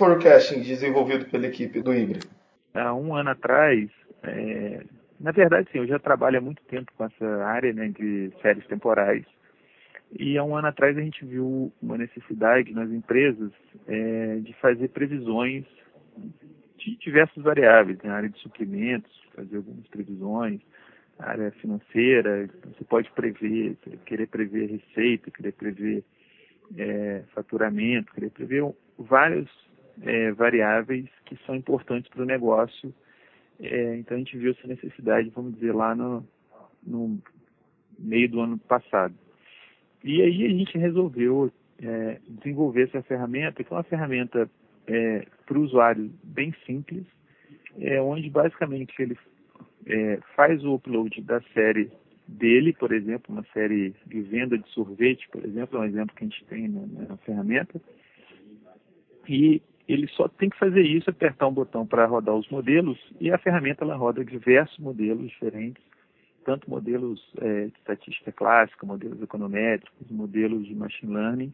forecasting desenvolvido pela equipe do IGRE? Há um ano atrás, na verdade, sim, eu já trabalho há muito tempo com essa área, né, de séries temporais. E há um ano atrás a gente viu uma necessidade nas empresas de fazer previsões de diversas variáveis, na área de suprimentos, fazer algumas previsões, na área financeira, você pode prever, querer prever receita, querer prever faturamento, querer prever várias variáveis que são importantes para o negócio. Então a gente viu essa necessidade, vamos dizer, lá no meio do ano passado. E aí a gente resolveu desenvolver essa ferramenta, que é uma ferramenta para o usuário bem simples, onde basicamente ele faz o upload da série dele, por exemplo, uma série de venda de sorvete, por exemplo, é um exemplo que a gente tem na ferramenta, e ele só tem que fazer isso, apertar um botão para rodar os modelos, e a ferramenta ela roda diversos modelos diferentes, tanto modelos de estatística clássica, modelos econométricos, modelos de machine learning,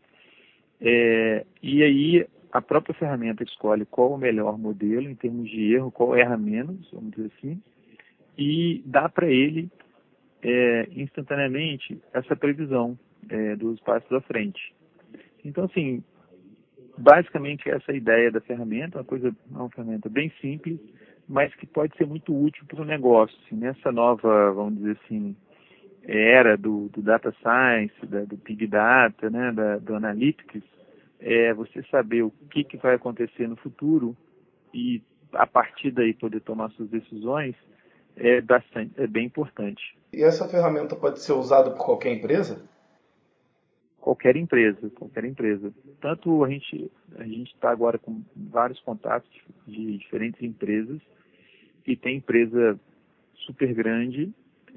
e aí a própria ferramenta escolhe qual é o melhor modelo em termos de erro, qual erra menos, vamos dizer assim, e dá para ele instantaneamente essa previsão dos passos à frente. Então, assim, basicamente essa é a ideia da ferramenta, uma ferramenta bem simples, mas que pode ser muito útil para o negócio. Assim, nessa nova, vamos dizer assim, era do data science, do big data, né, do analytics, você saber o que vai acontecer no futuro e a partir daí poder tomar suas decisões é bem importante. E essa ferramenta pode ser usada por qualquer empresa? Qualquer empresa. Tanto a gente está agora com vários contatos de diferentes empresas, e tem empresa super grande,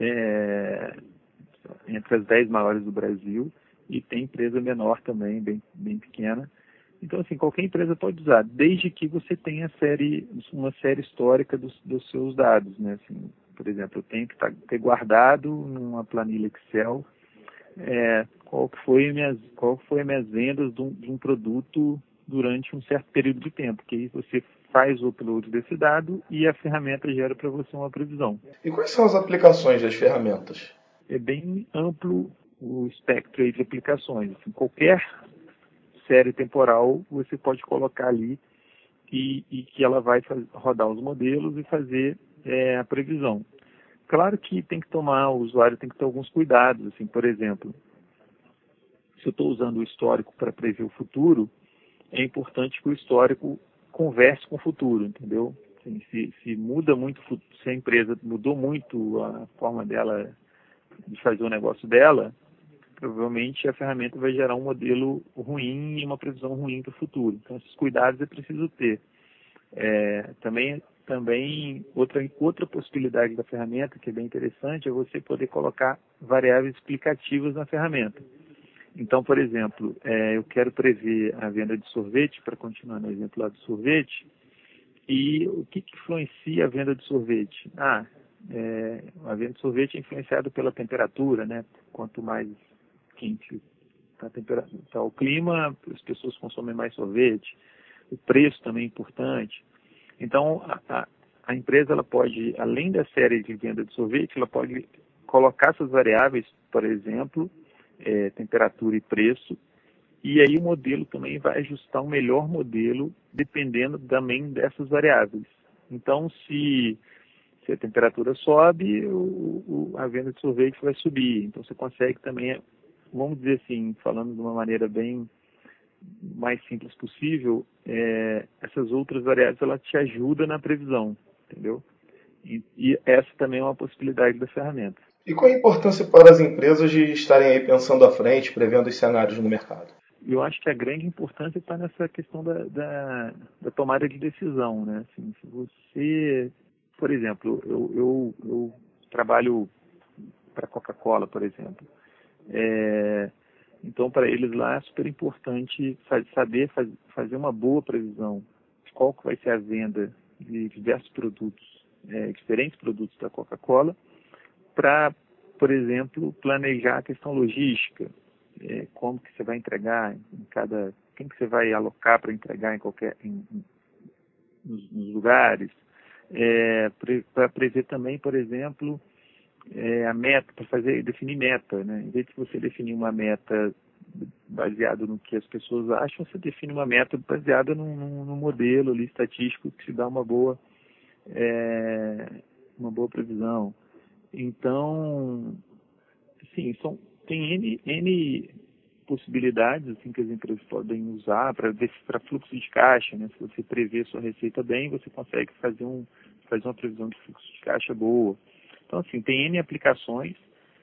entre as 10 maiores do Brasil, e tem empresa menor também, bem pequena. Então, assim, qualquer empresa pode usar, desde que você tenha uma série histórica dos seus dados, né? Assim, por exemplo, eu tenho que ter guardado numa planilha Excel qual foi as minhas vendas de um produto durante um certo período de tempo, que aí você faz o upload desse dado e a ferramenta gera para você uma previsão. E quais são as aplicações das ferramentas? É bem amplo o espectro de aplicações. Assim, qualquer série temporal você pode colocar ali e que ela vai rodar os modelos e fazer a previsão. Claro que o usuário tem que ter alguns cuidados, assim, por exemplo, se eu estou usando o histórico para prever o futuro, é importante que o histórico converse com o futuro, entendeu? Assim, se muda muito, se a empresa mudou muito a forma dela de fazer o negócio dela, provavelmente a ferramenta vai gerar um modelo ruim e uma previsão ruim para o futuro. Então, esses cuidados é preciso ter. Também outra possibilidade da ferramenta, que é bem interessante, é você poder colocar variáveis explicativas na ferramenta. Então, por exemplo, eu quero prever a venda de sorvete, para continuar no exemplo lá do sorvete, e o que influencia a venda de sorvete? A venda de sorvete é influenciada pela temperatura, né? Quanto mais quente está o clima, as pessoas consomem mais sorvete. O preço também é importante. Então, a empresa ela pode, além da série de venda de sorvete, ela pode colocar essas variáveis, por exemplo, temperatura e preço, e aí o modelo também vai ajustar um melhor modelo dependendo também dessas variáveis. Então, se a temperatura sobe, a venda de sorvete vai subir. Então, você consegue também, vamos dizer assim, falando de uma maneira bem mais simples possível, essas outras variáveis ela te ajudam na previsão, entendeu? E essa também é uma possibilidade da ferramenta. E qual a importância para as empresas de estarem aí pensando à frente, prevendo os cenários no mercado? Eu acho que a grande importância está nessa questão da tomada de decisão, né? Assim, se você, por exemplo, eu trabalho para a Coca-Cola, por exemplo. Então, para eles lá é super importante saber fazer uma boa previsão de qual que vai ser a venda de diversos produtos, diferentes produtos da Coca-Cola, para, por exemplo, planejar a questão logística, como que você vai entregar em cada quem que você vai alocar para entregar nos lugares, para prever também, por exemplo, a meta, para definir meta, né? Em vez de você definir uma meta baseada no que as pessoas acham, você define uma meta baseada num modelo ali, estatístico que te dá uma boa previsão. Então, sim, tem N possibilidades assim, que as empresas podem usar para fluxo de caixa, né? Se você prever sua receita bem, você consegue fazer uma previsão de fluxo de caixa boa. Então, assim, tem N aplicações.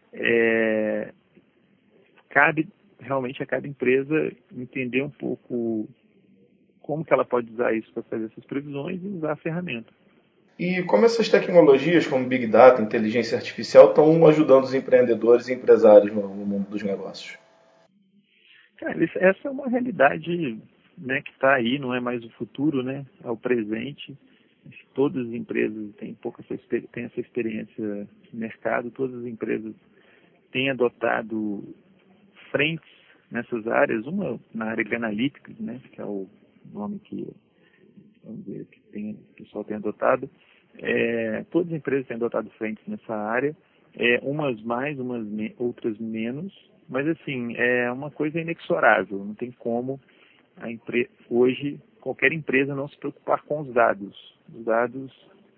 Cabe realmente a cada empresa entender um pouco como que ela pode usar isso para fazer essas previsões e usar a ferramenta. E como essas tecnologias, como Big Data, inteligência artificial, estão ajudando os empreendedores e empresários no mundo dos negócios? Cara, essa é uma realidade, né, que está aí, não é mais o futuro, né, é o presente. Todas as empresas têm essa experiência de mercado, todas as empresas têm adotado frentes nessas áreas, uma na área de analytics, né, que é o nome que, vamos dizer, o pessoal tem adotado. Todas as empresas têm adotado frentes nessa área, umas mais, outras menos, mas assim, é uma coisa inexorável, não tem como hoje qualquer empresa não se preocupar com os dados. Os dados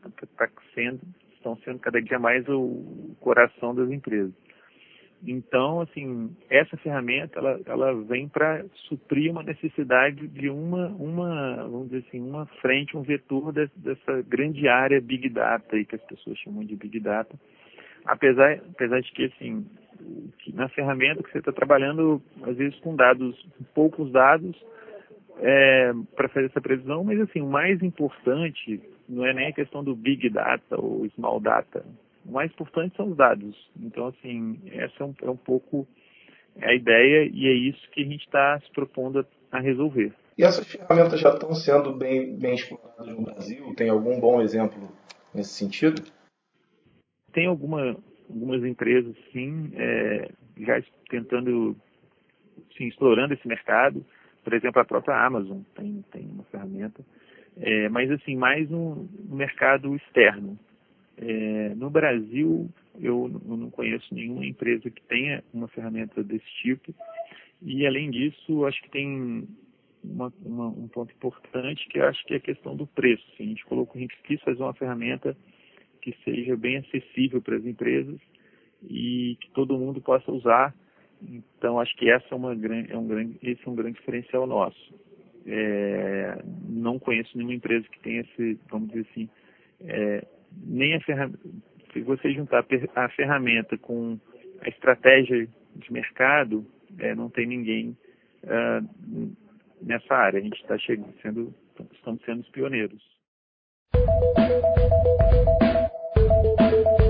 estão sendo cada dia mais o coração das empresas. Então, assim, essa ferramenta ela vem para suprir uma necessidade de vamos dizer assim, uma frente, um vetor dessa grande área Big Data aí que as pessoas chamam de Big Data. Apesar de que, assim, na ferramenta que você está trabalhando, às vezes com poucos dados, para fazer essa previsão, mas assim, o mais importante não é nem a questão do Big Data ou Small Data. O mais importante são os dados. Então, assim, essa é um pouco a ideia e é isso que a gente está se propondo a resolver. E essas ferramentas já estão sendo bem exploradas no Brasil? Tem algum bom exemplo nesse sentido? Tem algumas empresas, sim, já tentando, sim, explorando esse mercado. Por exemplo, a própria Amazon tem uma ferramenta, mas assim, mais no mercado externo. No Brasil, eu não conheço nenhuma empresa que tenha uma ferramenta desse tipo. E, além disso, acho que tem um ponto importante, que eu acho que é a questão do preço. A gente quis fazer uma ferramenta que seja bem acessível para as empresas e que todo mundo possa usar. Então, acho que esse é um grande diferencial nosso. Não conheço nenhuma empresa que tenha vamos dizer assim, nem a ferramenta. Se você juntar a ferramenta com a estratégia de mercado, não tem ninguém nessa área. A gente estamos sendo os pioneiros.